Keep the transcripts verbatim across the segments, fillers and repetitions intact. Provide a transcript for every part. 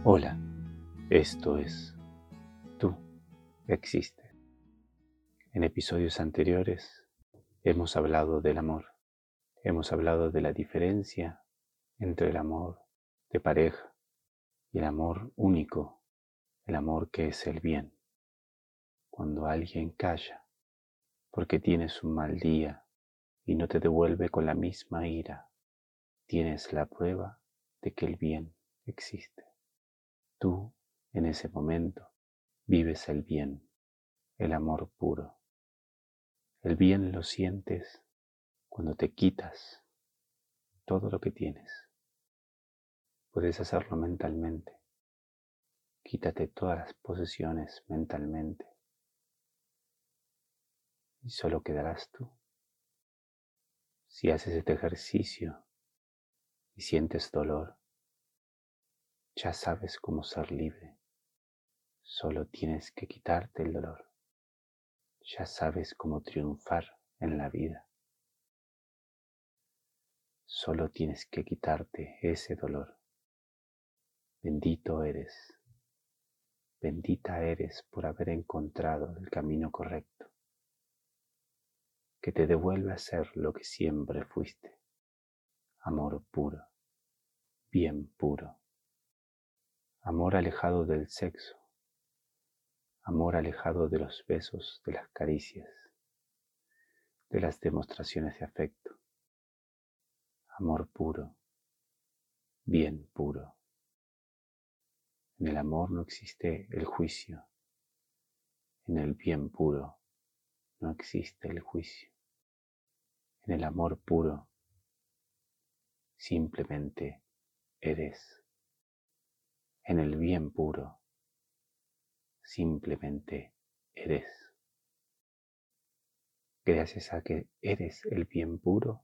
Hola, esto es Tú Existes. En episodios anteriores hemos hablado del amor, hemos hablado de la diferencia entre el amor de pareja y el amor único, el amor que es el bien. Cuando alguien calla porque tienes un mal día y no te devuelve con la misma ira, tienes la prueba de que el bien existe. Tú, en ese momento, vives el bien, el amor puro. El bien lo sientes cuando te quitas todo lo que tienes. Puedes hacerlo mentalmente. Quítate todas las posesiones mentalmente y solo quedarás tú. Si haces este ejercicio y sientes dolor, ya sabes cómo ser libre. Solo tienes que quitarte el dolor. Ya sabes cómo triunfar en la vida. Solo tienes que quitarte ese dolor. Bendito eres. Bendita eres por haber encontrado el camino correcto, que te devuelve a ser lo que siempre fuiste. Amor puro, bien puro. Amor alejado del sexo. Amor alejado de los besos, de las caricias, de las demostraciones de afecto. Amor puro, bien puro. En el amor no existe el juicio. En el bien puro no existe el juicio. En el amor puro simplemente eres. En el bien puro simplemente eres. Gracias a que eres el bien puro,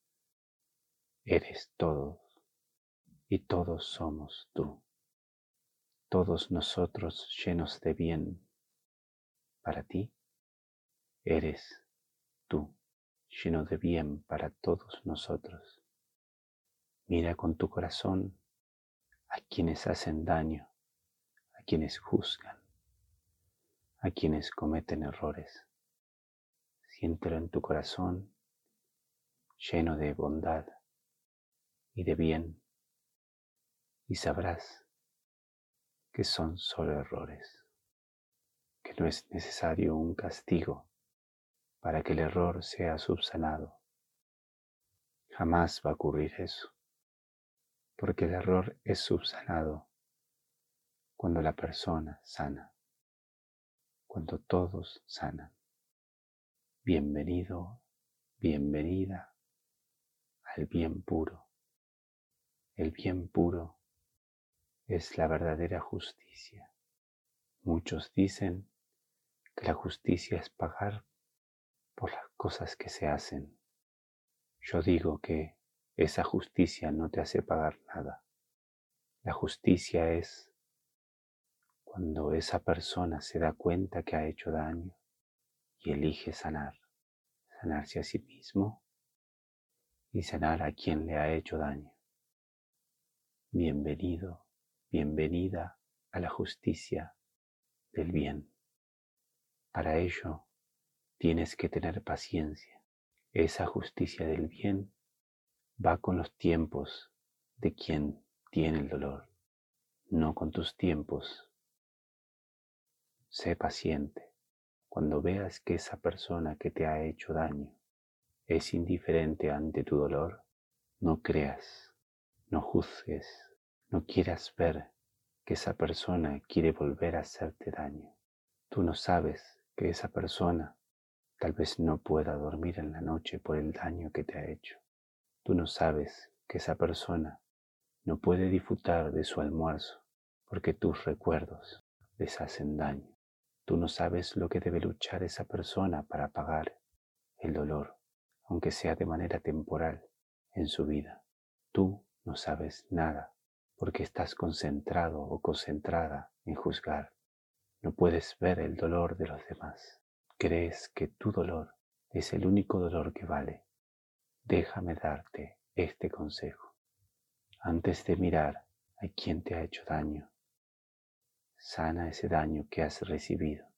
eres todos y todos somos tú. Todos nosotros llenos de bien. Para ti, eres tú, lleno de bien para todos nosotros. Mira con tu corazón a quienes hacen daño, a quienes juzgan, a quienes cometen errores. Siéntelo en tu corazón lleno de bondad y de bien, y sabrás que son solo errores, que no es necesario un castigo para que el error sea subsanado. Jamás va a ocurrir eso, porque el error es subsanado cuando la persona sana, cuando todos sanan. Bienvenido, bienvenida al bien puro. El bien puro es la verdadera justicia. Muchos dicen que la justicia es pagar por las cosas que se hacen. Yo digo que esa justicia no te hace pagar nada. La justicia es cuando esa persona se da cuenta que ha hecho daño y elige sanar, sanarse a sí mismo y sanar a quien le ha hecho daño. Bienvenido, bienvenida a la justicia del bien. Para ello tienes que tener paciencia. Esa justicia del bien va con los tiempos de quien tiene el dolor, no con tus tiempos. Sé paciente. Cuando veas que esa persona que te ha hecho daño es indiferente ante tu dolor, no creas, no juzgues, no quieras ver que esa persona quiere volver a hacerte daño. Tú no sabes que esa persona tal vez no pueda dormir en la noche por el daño que te ha hecho. Tú no sabes que esa persona no puede disfrutar de su almuerzo porque tus recuerdos les hacen daño. Tú no sabes lo que debe luchar esa persona para apagar el dolor, aunque sea de manera temporal en su vida. Tú no sabes nada porque estás concentrado o concentrada en juzgar. No puedes ver el dolor de los demás. Crees que tu dolor es el único dolor que vale. Déjame darte este consejo. Antes de mirar a quien te ha hecho daño, Sana ese daño que has recibido.